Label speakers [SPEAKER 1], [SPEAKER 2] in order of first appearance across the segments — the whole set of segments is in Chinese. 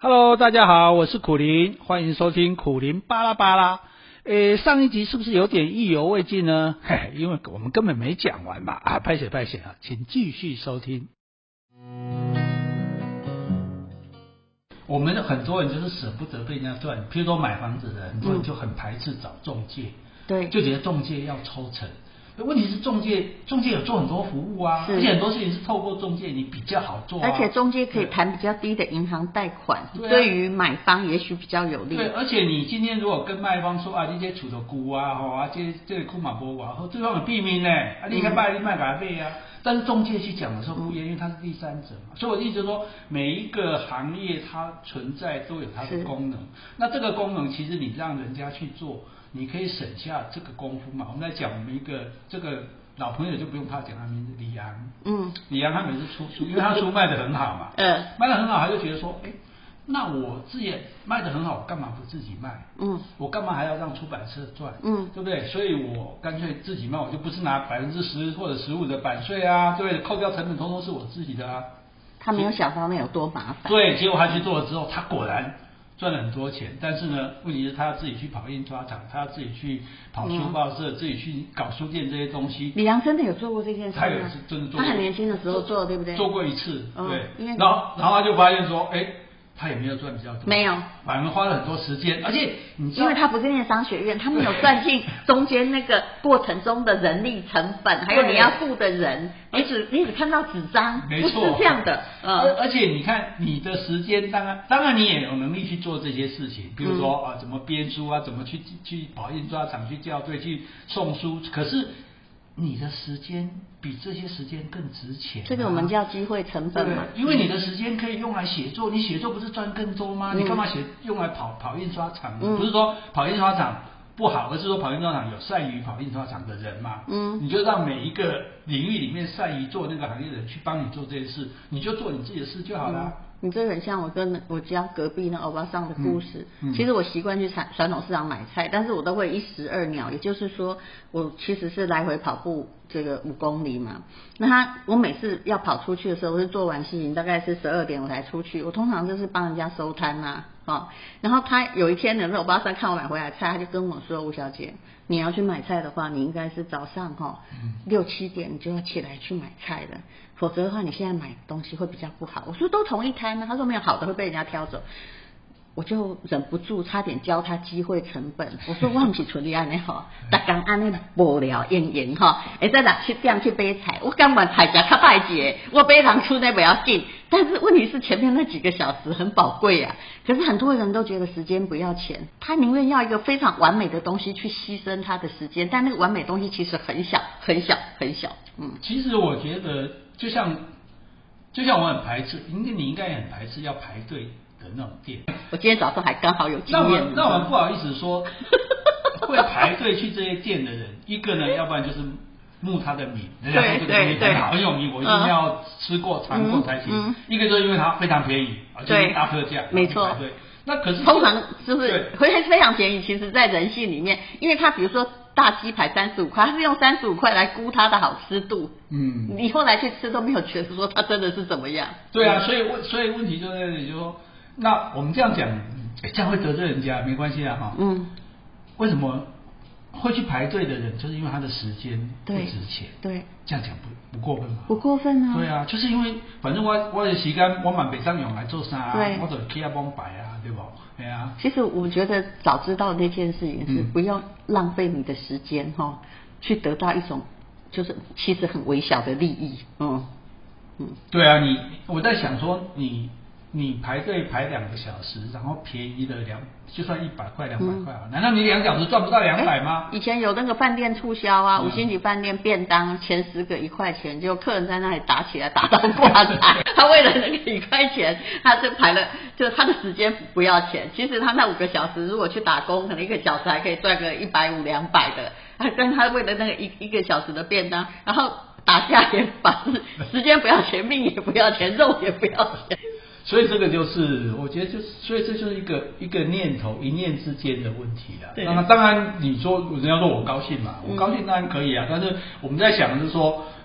[SPEAKER 1] Hello， 大家好，我是苦苓，欢迎收听苦苓巴拉巴拉。上一集是不是有点意犹未尽呢？因为我们根本没讲完嘛，拍写啊，请继续收听。我们很多人就是舍不得被人家赚，譬如说买房子的很多人就很排斥找中介，
[SPEAKER 2] 对，
[SPEAKER 1] 就觉得中介要抽成。问题是中介有做很多服务啊，而且很多事情是透过中介你比较好做啊，
[SPEAKER 2] 而且中介可以谈比较低的银行贷款，对于买方也许比较有利。
[SPEAKER 1] 对，而且你今天如果跟卖方说啊，你这厝就旧啊，这库嘛无偌好，对方有避免呢，你看卖给他买啊。但是中介去讲的时候不一样，因为他是第三者嘛，所以我一直说每一个行业它存在都有它的功能，那这个功能其实你让人家去做，你可以省下这个功夫嘛。我们来讲我们一个这个老朋友就不用怕讲他名字，李阳，李阳他每次出书，因为他书卖得很好嘛，卖得很好，他就觉得说，那我自己卖得很好，我干嘛不自己卖？我干嘛还要让出版社赚？对不对？所以我干脆自己卖，我就不是拿10%或者15%的版税啊，对不对？扣掉成本，通通是我自己的啊。
[SPEAKER 2] 他没有想到那有多麻烦。
[SPEAKER 1] 对，结果他去做了之后，他果然赚了很多钱，但是呢，问题是他要自己去跑印刷厂，他要自己去跑书报社，自己去搞书店这些东西。
[SPEAKER 2] 李阳真的有做过这件事吗？
[SPEAKER 1] 他有真的做过，
[SPEAKER 2] 他很年轻的时候做，对不对？
[SPEAKER 1] 做过一次，对。然后他就发现说，他也没有赚比较多，
[SPEAKER 2] 没有，
[SPEAKER 1] 反而花了很多时间，而且你知道，
[SPEAKER 2] 因为他不是念商学院，他没有算进中间那个过程中的人力成本，还有你要雇的人，你只看到纸张，
[SPEAKER 1] 没错，
[SPEAKER 2] 不是这样的。
[SPEAKER 1] 而且你看你的时间，当然你也有能力去做这些事情，比如说怎么编书啊，怎么去跑印刷厂去校对，去送书，可是你的时间比这些时间更值钱，
[SPEAKER 2] 这个我们叫机会成本嘛。
[SPEAKER 1] 因为你的时间可以用来写作，你写作不是赚更多吗？你干嘛用来跑印刷厂呢？不是说跑印刷厂不好，而是说跑印刷厂有善于跑印刷厂的人嘛。你就让每一个领域里面善于做那个行业的人去帮你做这件事，你就做你自己的事就好了。
[SPEAKER 2] 你这很像我跟我家隔壁那欧巴桑的故事。其实我习惯去传统市场买菜，但是我都会一石二鸟，也就是说我其实是来回跑步这个5公里嘛。那我每次要跑出去的时候，我是做完事情大概是12点我才出去，我通常就是帮人家收摊啊。然后他有一天呢，那欧巴桑看我买回来菜，他就跟我说，吴小姐，你要去买菜的话，你应该是早上6、7点你就要起来去买菜了，否则的话你现在买东西会比较不好。我说都同一摊呢，他说没有，好的会被人家挑走。我就忍不住差点教他机会成本。我说我不是像你安尼每天安尼无聊闲闲会在6、7点去买菜，我甘愿菜价较歹一个，我买人厝内不要紧。但是问题是前面那几个小时很宝贵啊，可是很多人都觉得时间不要钱，他宁愿要一个非常完美的东西去牺牲他的时间，但那个完美的东西其实很小很小很小。
[SPEAKER 1] 其实我觉得就像我很排斥，你应该也很排斥要排队的那种店。我
[SPEAKER 2] 今天早上还刚好有经验。
[SPEAKER 1] 那我们不好意思说，会排队去这些店的人，一个呢，要不然就是慕他的名，人家说这个东西很好很有名，我一定要吃过尝过才行。一个就是因为它非常便宜，就是大特价，
[SPEAKER 2] 没错。
[SPEAKER 1] 那可是
[SPEAKER 2] 通常是不是会非常便宜？其实，在人性里面，因为他比如说大鸡排35块，他是用35块来估它的好吃度。你后来去吃都没有觉得说它真的是怎么样。
[SPEAKER 1] 对啊，所以问题就在这里，就说那我们这样讲，这样会得罪人家，没关系啊为什么会去排队的人，就是因为他的时间不值钱。对，这样讲不过分吗？
[SPEAKER 2] 不过分啊。
[SPEAKER 1] 对啊，就是因为反正我的时间我嘛袂当用来做啥我就去帮摆啊，对不？对啊。
[SPEAKER 2] 其实我觉得早知道那件事情是不要浪费你的时间去得到一种就是其实很微小的利益。
[SPEAKER 1] 对啊，我在想说你排队排2个小时，然后便宜的就算100块200块难道你2小时赚不到200吗？
[SPEAKER 2] 以前有那个饭店促销啊，5星级饭店便当前10个1块钱，结果客人在那里打起来，打到挂彩。他为了那个1块钱，他就排了，就他的时间不要钱。其实他那5个小时如果去打工，可能1个小时还可以赚个150、200的，但他为了那个一个小时的便当，然后打架也把时间不要钱，命也不要钱，肉也不要钱。
[SPEAKER 1] 所以这个就是我觉得所以这就是一个念头一念之间的问题啦。那当然你说人家说我高兴嘛，我高兴当然可以啊，但是我们在想的是说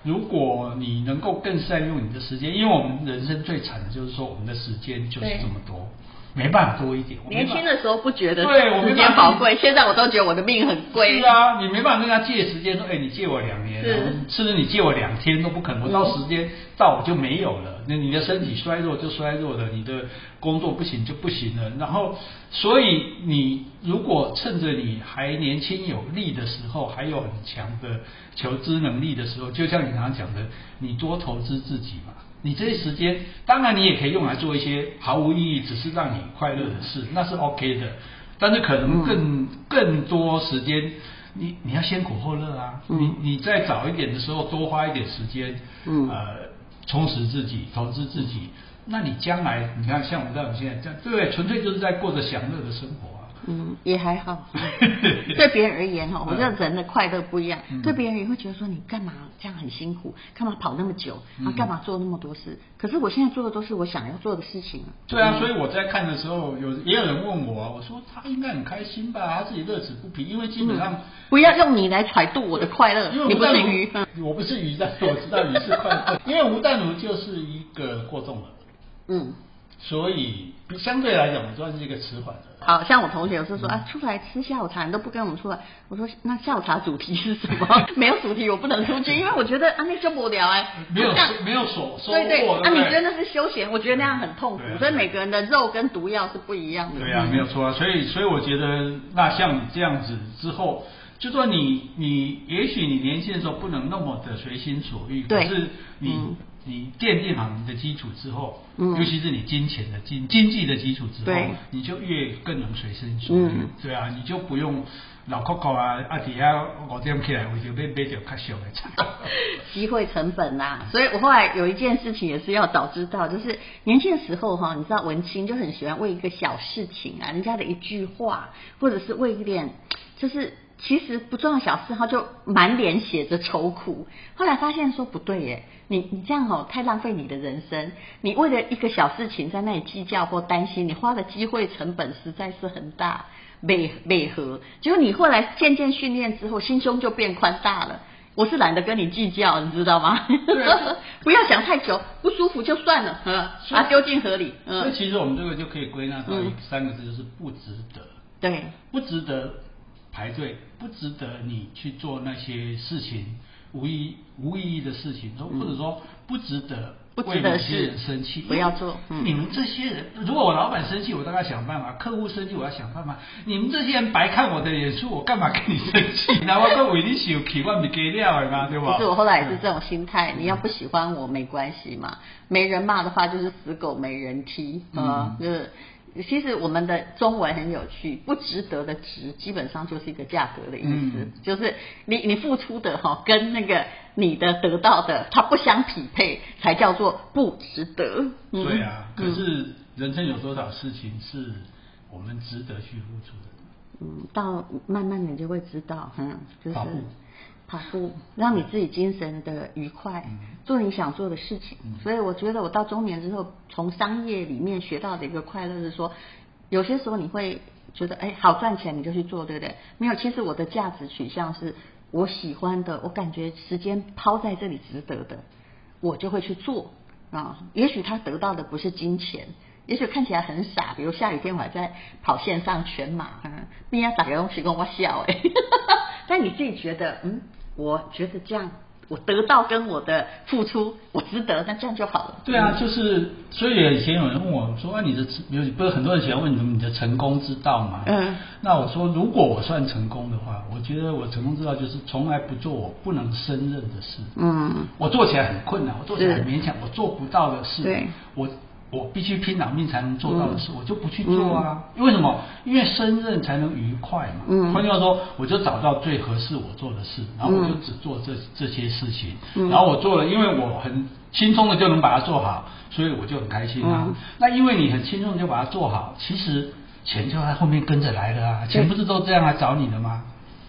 [SPEAKER 1] 如果你能够更善用你的时间，因为我们人生最惨的就是说我们的时间就是这么多。没办法多一点。
[SPEAKER 2] 年轻的时候不觉得
[SPEAKER 1] 对
[SPEAKER 2] 时间宝贵，现在我都觉得我的命很贵。
[SPEAKER 1] 是啊，你没办法跟他借时间，说，你借我2年，甚至你借我2天都不可能，我到时间到我就没有了。那你的身体衰弱就衰弱了，你的工作不行就不行了。然后，所以你如果趁着你还年轻有力的时候，还有很强的求知能力的时候，就像你刚刚讲的，你多投资自己嘛。你这些时间，当然你也可以用来做一些毫无意义，只是让你快乐的事，那是 OK 的。但是可能更多时间，你要先苦后乐啊。你再早一点的时候，多花一点时间，充实自己，投资自己。那你将来，你看像我们现在这样，对不对？纯粹就是在过着享乐的生活啊。
[SPEAKER 2] 也还好。对别人而言哈，我觉得人的快乐不一样。对别人也会觉得说，你干嘛这样很辛苦，干嘛跑那么久，干嘛做那么多事？可是我现在做的都是我想要做的事情啊。
[SPEAKER 1] 对啊，所以我在看的时候，也有人问我啊，我说他应该很开心吧，他自己乐此不疲，因为基本上
[SPEAKER 2] 不要用你来揣度我的快乐，你不是鱼，
[SPEAKER 1] 我不是鱼，但是我知道鱼是快乐，因为吴淡如就是一个过重了，所以相对来讲，我算是一个迟缓的。
[SPEAKER 2] 好像我同学有时候说出来吃下午茶，你都不跟我们出来。我说那下午茶主题是什么？没有主题我不能出去，因为我觉得那就无聊
[SPEAKER 1] 没有收获。
[SPEAKER 2] 对，你觉得那是休闲，我觉得那样很痛苦。所以每个人的肉跟毒药是不一样的。
[SPEAKER 1] 对啊，没有错啊。所以我觉得，那像你这样子之后，就说你也许你年轻的时候不能那么的随心所欲，可是你奠定好你的基础之后，尤其是你金钱的经济的基础之后，你就更能随心所欲。对啊，你就不用老扣扣底下5点起来，我就买到较俗的菜。
[SPEAKER 2] 机会成本啦，所以我后来有一件事情也是要早知道，就是年轻的时候哈，你知道文青就很喜欢为一个小事情啊，人家的一句话，或者是为一点就是其实不重要的小事，他就满脸写着愁苦。后来发现说不对耶，你这样太浪费你的人生。你为了一个小事情在那里计较或担心，你花的机会成本实在是很大，美合。结果你后来渐渐训练之后，心胸就变宽大了。我是懒得跟你计较，你知道吗？不要想太久，不舒服就算了，把它丢进河里。
[SPEAKER 1] 所以其实我们这个就可以归纳到3个字，就是不值得。
[SPEAKER 2] 对，
[SPEAKER 1] 不值得排队，不值得你去做那些事情，无意义的事情，或者说不值得为某些人生气，
[SPEAKER 2] 不要做。
[SPEAKER 1] 你们这些人，如果我老板生气，我大概想办法；客户生气，我要想办法。你们这些人白看我的脸书，我干嘛跟你生气？那我跟为你生气，我不给料嘛，对吧？
[SPEAKER 2] 其实我后来也是这种心态，你要不喜欢我没关系嘛，没人骂的话就是死狗没人踢就是。其实我们的中文很有趣，不值得的值基本上就是一个价格的意思，就是你付出的跟那个你的得到的它不相匹配，才叫做不值得。
[SPEAKER 1] 对啊，可是人生有多少事情是我们值得去付出的？
[SPEAKER 2] 到慢慢你就会知道，就是跑步让你自己精神的愉快，做你想做的事情。所以我觉得我到中年之后，从商业里面学到的一个快乐是说，有些时候你会觉得好赚钱你就去做，对不对？没有，其实我的价值取向是我喜欢的，我感觉时间抛在这里值得的，我就会去做也许他得到的不是金钱，也许看起来很傻，比如下雨天我还在跑线上全马，边要打个东西跟我笑但你自己觉得我觉得这样我得到跟我的付出我值得，那这样就好了。
[SPEAKER 1] 对啊，就是所以以前有人问我说你的不是很多人喜欢问你的成功之道嘛？那我说如果我算成功的话，我觉得我成功之道就是从来不做我不能胜任的事。我做起来很困难，我做起来很勉强，我做不到的事，我必须拼老命才能做到的事，我就不去做啊。为什么？因为胜任才能愉快嘛。换句话说，我就找到最合适我做的事，然后我就只做这些事情。然后我做了，因为我很轻松的就能把它做好，所以我就很开心啊。那因为你很轻松就把它做好，其实钱就在后面跟着来了啊。钱不是都这样来找你的吗？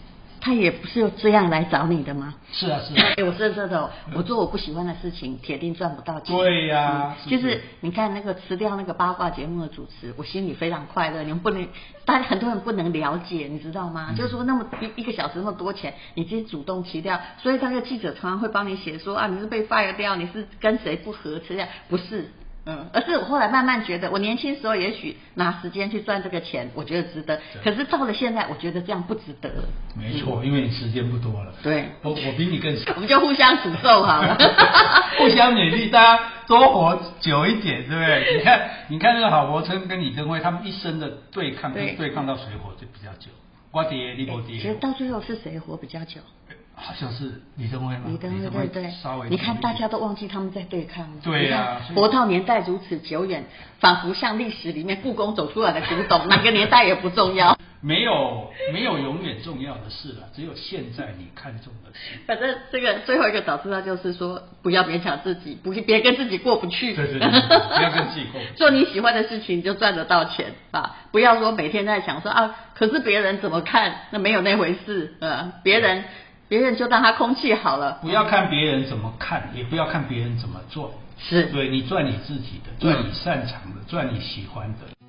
[SPEAKER 2] 他也不是这样来找你的吗？
[SPEAKER 1] 是啊是啊。
[SPEAKER 2] 我是这种，我做我不喜欢的事情，铁定赚不到钱。
[SPEAKER 1] 对呀，
[SPEAKER 2] 就是你看那个辞掉那个八卦节目的主持，我心里非常快乐。你们不能，大家很多人不能了解，你知道吗？就是说那么一个小时那么多钱，你自己主动辞掉，所以那个记者常常会帮你写说啊，你是被 fire 掉，你是跟谁不和辞掉，不是。而是我后来慢慢觉得，我年轻时候也许拿时间去赚这个钱，我觉得值得。可是到了现在，我觉得这样不值得。
[SPEAKER 1] 没错，因为你时间不多了。
[SPEAKER 2] 对，
[SPEAKER 1] 我比你更少。
[SPEAKER 2] 我们就互相诅咒好了，
[SPEAKER 1] 互相勉励，大家多活久一点，对不对？你看那个郝柏村跟李登辉，他们一生的对抗，跟对抗到谁活最比较久？我爹，你不爹。
[SPEAKER 2] 其实到最后是谁活比较久？
[SPEAKER 1] 好像是李登辉嘛，
[SPEAKER 2] 李登辉对，
[SPEAKER 1] 稍微
[SPEAKER 2] 你看大家都忘记他们在对抗了。
[SPEAKER 1] 对呀，
[SPEAKER 2] 活到年代如此久远，仿佛像历史里面故宫走出来的古董，哪个年代也不重要。
[SPEAKER 1] 没有永远重要的事了，只有现在你看重的事。
[SPEAKER 2] 反正这个最后一个导致他就是说，不要勉强自己，别跟自己过不去。
[SPEAKER 1] 对，不要跟自己过不去。
[SPEAKER 2] 做你喜欢的事情，你就赚得到钱啊！不要说每天在想说啊，可是别人怎么看？那没有那回事。别人就当他空气好了。
[SPEAKER 1] 不要看别人怎么看，也不要看别人怎么做。
[SPEAKER 2] 是，
[SPEAKER 1] 对，你赚你自己的，赚你擅长的，赚你喜欢的。